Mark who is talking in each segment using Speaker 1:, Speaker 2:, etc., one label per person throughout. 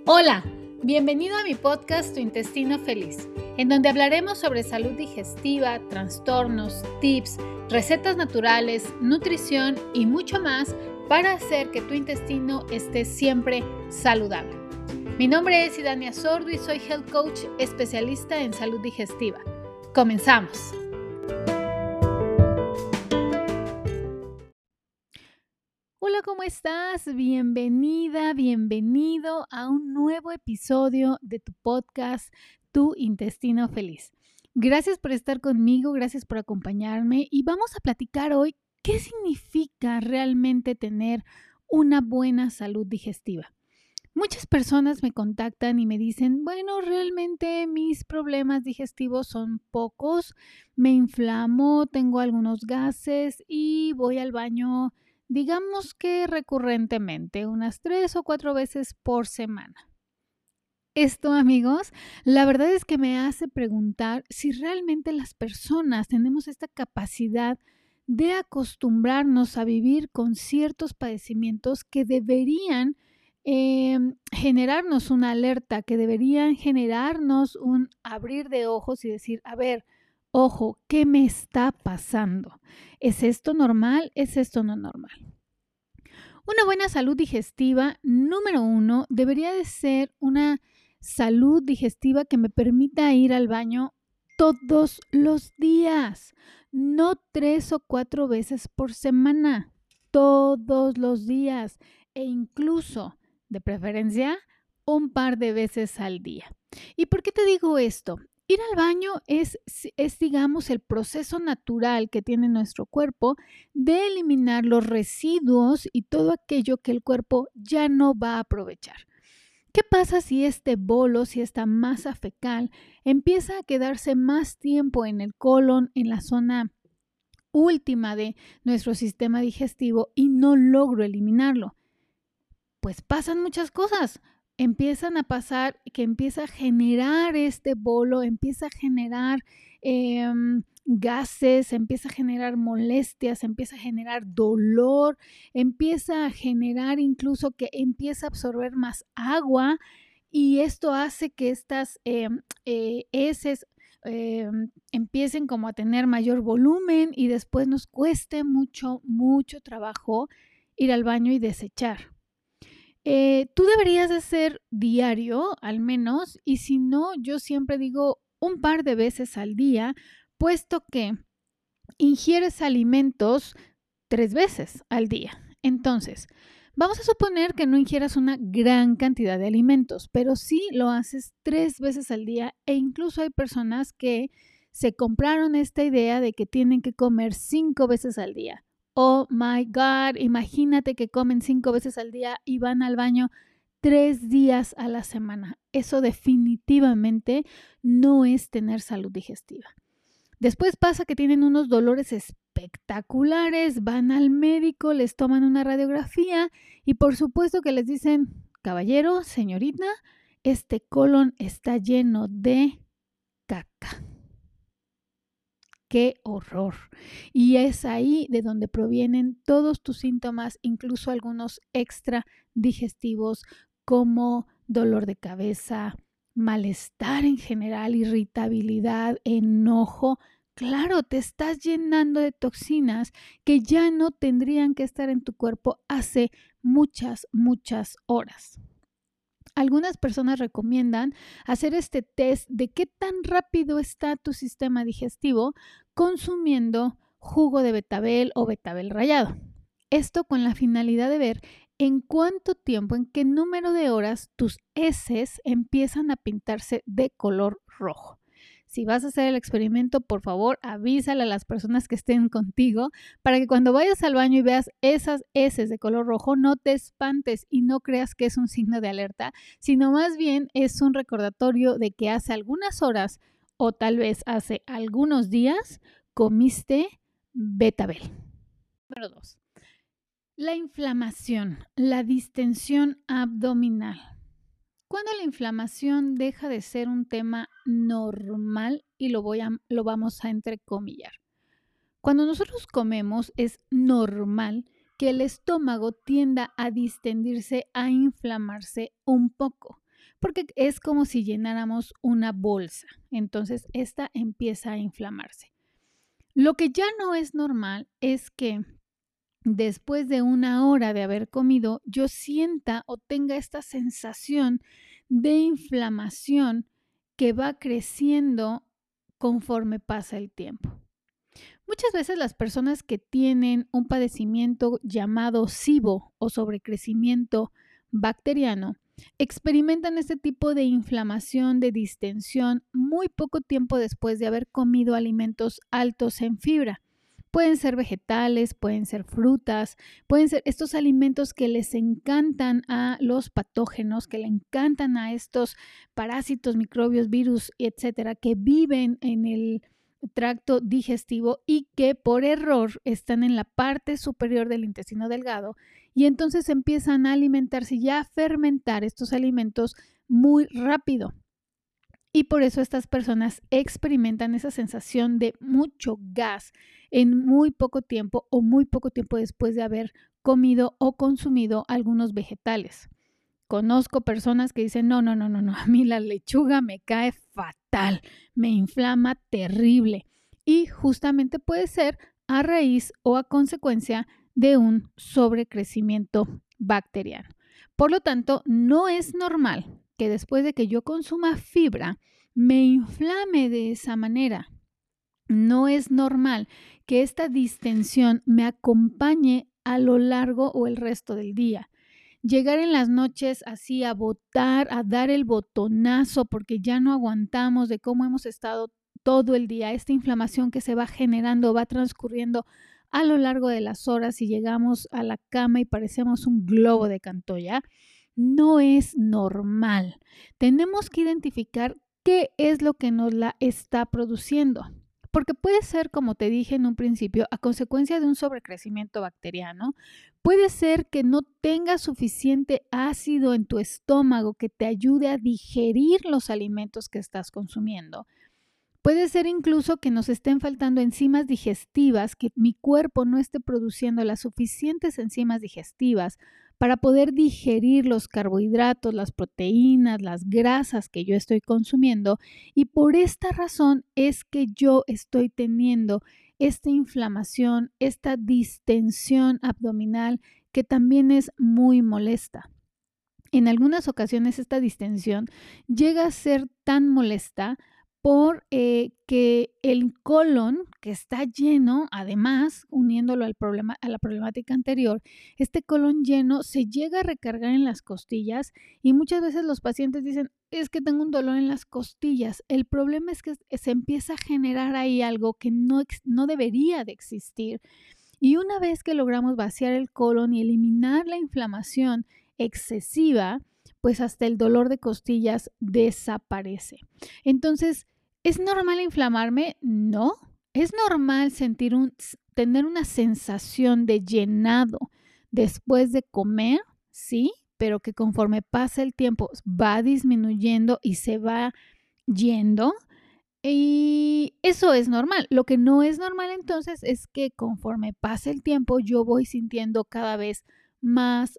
Speaker 1: Hola, bienvenido a mi podcast Tu Intestino Feliz, en donde hablaremos sobre salud digestiva, trastornos, tips, recetas naturales, nutrición y mucho más para hacer que tu intestino esté siempre saludable. Mi nombre es Idania Sordo y soy Health Coach especialista en salud digestiva. ¡Comenzamos! Hola, ¿cómo estás? Bienvenida, bienvenido a un nuevo episodio de tu podcast, Tu Intestino Feliz. Gracias por estar conmigo, gracias por acompañarme y vamos a platicar hoy qué significa realmente tener una buena salud digestiva. Muchas personas me contactan y me dicen, bueno, realmente mis problemas digestivos son pocos, me inflamo, tengo algunos gases y voy al baño, digamos que recurrentemente, unas 3 o 4 veces por semana. Esto, amigos, la verdad es que me hace preguntar si realmente las personas tenemos esta capacidad de acostumbrarnos a vivir con ciertos padecimientos que deberían generarnos una alerta, que deberían generarnos un abrir de ojos y decir, a ver, ojo, ¿qué me está pasando? ¿Es esto normal? ¿Es esto no normal? Una buena salud digestiva, número 1, debería de ser una salud digestiva que me permita ir al baño todos los días, no 3 o 4 veces por semana, todos los días e incluso, de preferencia, un par de veces al día. ¿Y por qué te digo esto? Ir al baño es, digamos, el proceso natural que tiene nuestro cuerpo de eliminar los residuos y todo aquello que el cuerpo ya no va a aprovechar. ¿Qué pasa si este bolo, si esta masa fecal empieza a quedarse más tiempo en el colon, en la zona última de nuestro sistema digestivo y no logro eliminarlo? Pues pasan muchas cosas. Empiezan a pasar que empieza a generar este bolo, empieza a generar gases, empieza a generar molestias, empieza a generar dolor, empieza a generar incluso que empieza a absorber más agua y esto hace que estas heces empiecen como a tener mayor volumen y después nos cueste mucho, mucho trabajo ir al baño y desechar. Tú deberías de hacer diario, al menos, y si no, yo siempre digo un par de veces al día, puesto que ingieres alimentos 3 veces al día. Entonces, vamos a suponer que no ingieras una gran cantidad de alimentos, pero sí lo haces 3 veces al día e incluso hay personas que se compraron esta idea de que tienen que comer 5 veces al día. Oh my God, imagínate que comen 5 veces al día y van al baño 3 días a la semana. Eso definitivamente no es tener salud digestiva. Después pasa que tienen unos dolores espectaculares, van al médico, les toman una radiografía y por supuesto que les dicen, caballero, señorita, este colon está lleno de caca. ¡Qué horror! Y es ahí de donde provienen todos tus síntomas, incluso algunos extra digestivos como dolor de cabeza, malestar en general, irritabilidad, enojo. Claro, te estás llenando de toxinas que ya no tendrían que estar en tu cuerpo hace muchas, muchas horas. Algunas personas recomiendan hacer este test de qué tan rápido está tu sistema digestivo consumiendo jugo de betabel o betabel rallado. Esto con la finalidad de ver en cuánto tiempo, en qué número de horas tus heces empiezan a pintarse de color rojo. Si vas a hacer el experimento, por favor, avísale a las personas que estén contigo para que cuando vayas al baño y veas esas heces de color rojo, no te espantes y no creas que es un signo de alerta, sino más bien es un recordatorio de que hace algunas horas o tal vez hace algunos días comiste betabel. Número 2. La inflamación, la distensión abdominal. Cuando la inflamación deja de ser un tema normal y lo vamos a entrecomillar. Cuando nosotros comemos es normal que el estómago tienda a distendirse, a inflamarse un poco. porque es como si llenáramos una bolsa. Entonces, esta empieza a inflamarse. Lo que ya no es normal es que después de 1 hora de haber comido, yo sienta o tenga esta sensación de inflamación que va creciendo conforme pasa el tiempo. Muchas veces las personas que tienen un padecimiento llamado SIBO o sobrecrecimiento bacteriano experimentan este tipo de inflamación, de distensión, muy poco tiempo después de haber comido alimentos altos en fibra. Pueden ser vegetales, pueden ser frutas, pueden ser estos alimentos que les encantan a los patógenos, que le encantan a estos parásitos, microbios, virus, etcétera, que viven en el tracto digestivo y que por error están en la parte superior del intestino delgado y entonces empiezan a alimentarse y a fermentar estos alimentos muy rápido. Y por eso estas personas experimentan esa sensación de mucho gas en muy poco tiempo o muy poco tiempo después de haber comido o consumido algunos vegetales. Conozco personas que dicen, no, a mí la lechuga me cae fatal, me inflama terrible. Y justamente puede ser a raíz o a consecuencia de un sobrecrecimiento bacteriano. Por lo tanto, no es normal que después de que yo consuma fibra, me inflame de esa manera. No es normal que esta distensión me acompañe a lo largo o el resto del día. Llegar en las noches así a botar, a dar el botonazo porque ya no aguantamos de cómo hemos estado todo el día. Esta inflamación que se va generando, va transcurriendo a lo largo de las horas y llegamos a la cama y parecemos un globo de Cantoya. No es normal. Tenemos que identificar qué es lo que nos la está produciendo. Porque puede ser, como te dije en un principio, a consecuencia de un sobrecrecimiento bacteriano. Puede ser que no tengas suficiente ácido en tu estómago que te ayude a digerir los alimentos que estás consumiendo. Puede ser incluso que nos estén faltando enzimas digestivas, que mi cuerpo no esté produciendo las suficientes enzimas digestivas para poder digerir los carbohidratos, las proteínas, las grasas que yo estoy consumiendo. Y por esta razón es que yo estoy teniendo esta inflamación, esta distensión abdominal que también es muy molesta. En algunas ocasiones esta distensión llega a ser tan molesta por que el colon, que está lleno, además, uniéndolo al problema, a la problemática anterior, este colon lleno se llega a recargar en las costillas y muchas veces los pacientes dicen, es que tengo un dolor en las costillas. El problema es que se empieza a generar ahí algo que no debería de existir. Y una vez que logramos vaciar el colon y eliminar la inflamación excesiva, pues hasta el dolor de costillas desaparece. Entonces, ¿es normal inflamarme? No. Es normal tener una sensación de llenado después de comer, sí, pero que conforme pasa el tiempo va disminuyendo y se va yendo. Y eso es normal. Lo que no es normal entonces es que conforme pasa el tiempo yo voy sintiendo cada vez más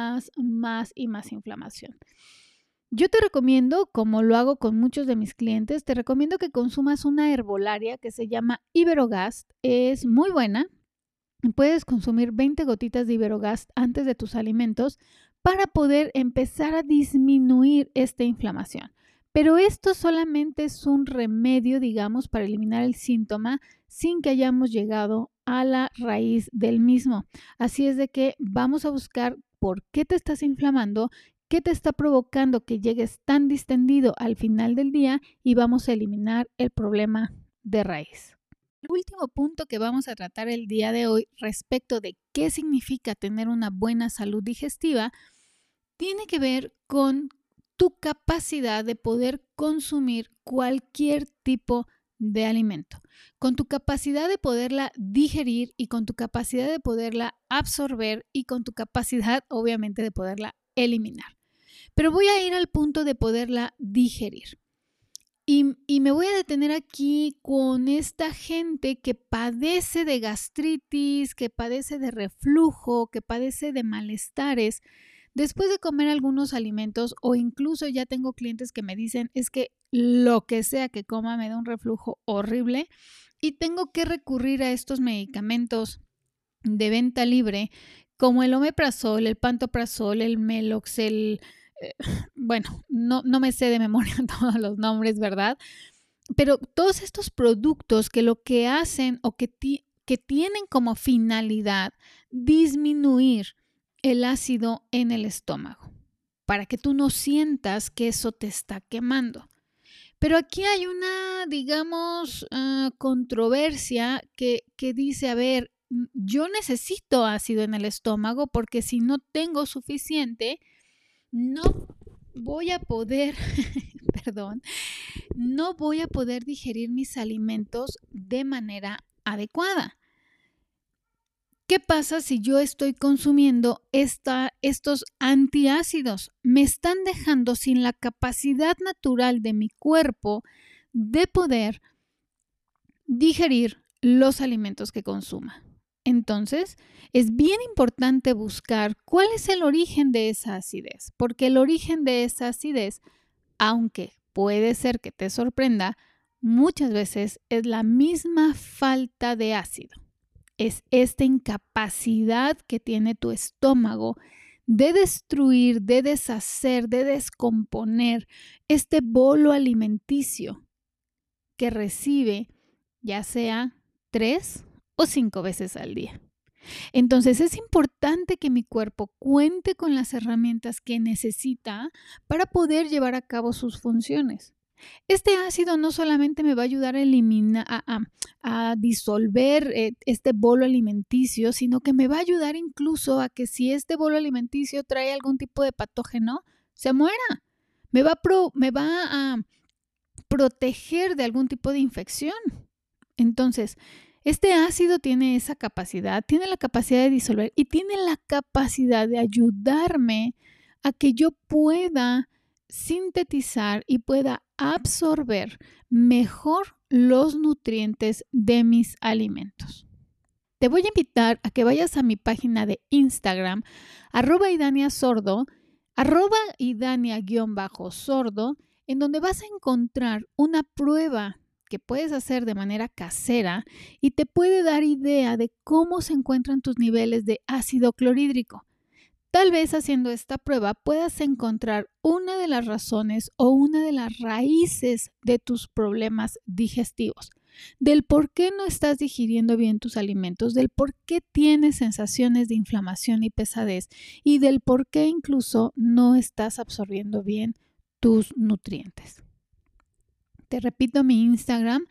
Speaker 1: y más inflamación. Yo te recomiendo, como lo hago con muchos de mis clientes, te recomiendo que consumas una herbolaria que se llama Iberogast. Es muy buena. Puedes consumir 20 gotitas de Iberogast antes de tus alimentos para poder empezar a disminuir esta inflamación. Pero esto solamente es un remedio, digamos, para eliminar el síntoma sin que hayamos llegado a la raíz del mismo. Así es de que vamos a buscar por qué te estás inflamando, qué te está provocando que llegues tan distendido al final del día y vamos a eliminar el problema de raíz. El último punto que vamos a tratar el día de hoy respecto de qué significa tener una buena salud digestiva tiene que ver con tu capacidad de poder consumir cualquier tipo de alimento, con tu capacidad de poderla digerir y con tu capacidad de poderla absorber y con tu capacidad, obviamente, de poderla eliminar. Pero voy a ir al punto de poderla digerir. Y me voy a detener aquí con esta gente que padece de gastritis, que padece de reflujo, que padece de malestares después de comer algunos alimentos, o incluso ya tengo clientes que me dicen, es que lo que sea que coma me da un reflujo horrible y tengo que recurrir a estos medicamentos de venta libre como el omeprazol, el pantoprazol, el Melox, bueno, no me sé de memoria todos los nombres, ¿verdad? Pero todos estos productos que lo que hacen o que tienen como finalidad disminuir el ácido en el estómago, para que tú no sientas que eso te está quemando. Pero aquí hay una, digamos, controversia que dice, a ver, yo necesito ácido en el estómago porque si no tengo suficiente, no voy a poder, perdón, no voy a poder digerir mis alimentos de manera adecuada. ¿Qué pasa si yo estoy consumiendo estos antiácidos? Me están dejando sin la capacidad natural de mi cuerpo de poder digerir los alimentos que consuma. Entonces, es bien importante buscar cuál es el origen de esa acidez, porque el origen de esa acidez, aunque puede ser que te sorprenda, muchas veces es la misma falta de ácido. Es esta incapacidad que tiene tu estómago de destruir, de deshacer, de descomponer este bolo alimenticio que recibe ya sea 3 o 5 veces al día. Entonces es importante que mi cuerpo cuente con las herramientas que necesita para poder llevar a cabo sus funciones. Este ácido no solamente me va a ayudar a eliminar, a disolver este bolo alimenticio, sino que me va a ayudar incluso a que si este bolo alimenticio trae algún tipo de patógeno, se muera. Me va a proteger de algún tipo de infección. Entonces, este ácido tiene esa capacidad, tiene la capacidad de disolver y tiene la capacidad de ayudarme a que yo pueda sintetizar y pueda absorber mejor los nutrientes de mis alimentos. Te voy a invitar a que vayas a mi página de Instagram, @idania_sordo, @idania_sordo, en donde vas a encontrar una prueba que puedes hacer de manera casera y te puede dar idea de cómo se encuentran tus niveles de ácido clorhídrico. Tal vez haciendo esta prueba puedas encontrar una de las razones o una de las raíces de tus problemas digestivos, del por qué no estás digiriendo bien tus alimentos, del por qué tienes sensaciones de inflamación y pesadez y del por qué incluso no estás absorbiendo bien tus nutrientes. Te repito mi Instagram,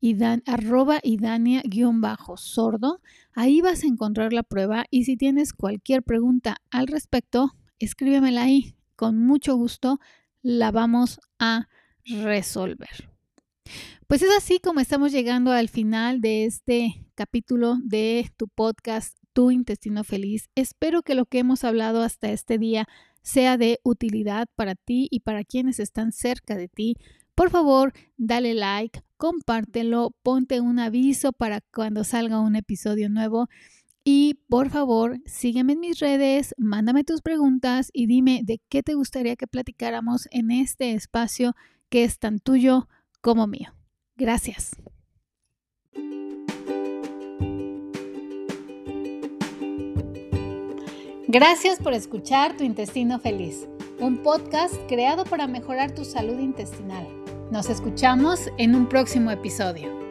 Speaker 1: @idania_sordo. Ahí vas a encontrar la prueba y si tienes cualquier pregunta al respecto, escríbemela ahí. Con mucho gusto la vamos a resolver. Pues es así como estamos llegando al final de este capítulo de tu podcast, Tu Intestino Feliz. Espero que lo que hemos hablado hasta este día sea de utilidad para ti y para quienes están cerca de ti. Por favor, dale like, compártelo, ponte un aviso para cuando salga un episodio nuevo y por favor, sígueme en mis redes, mándame tus preguntas y dime de qué te gustaría que platicáramos en este espacio que es tan tuyo como mío. Gracias. Gracias por escuchar Tu Intestino Feliz, un podcast creado para mejorar tu salud intestinal. Nos escuchamos en un próximo episodio.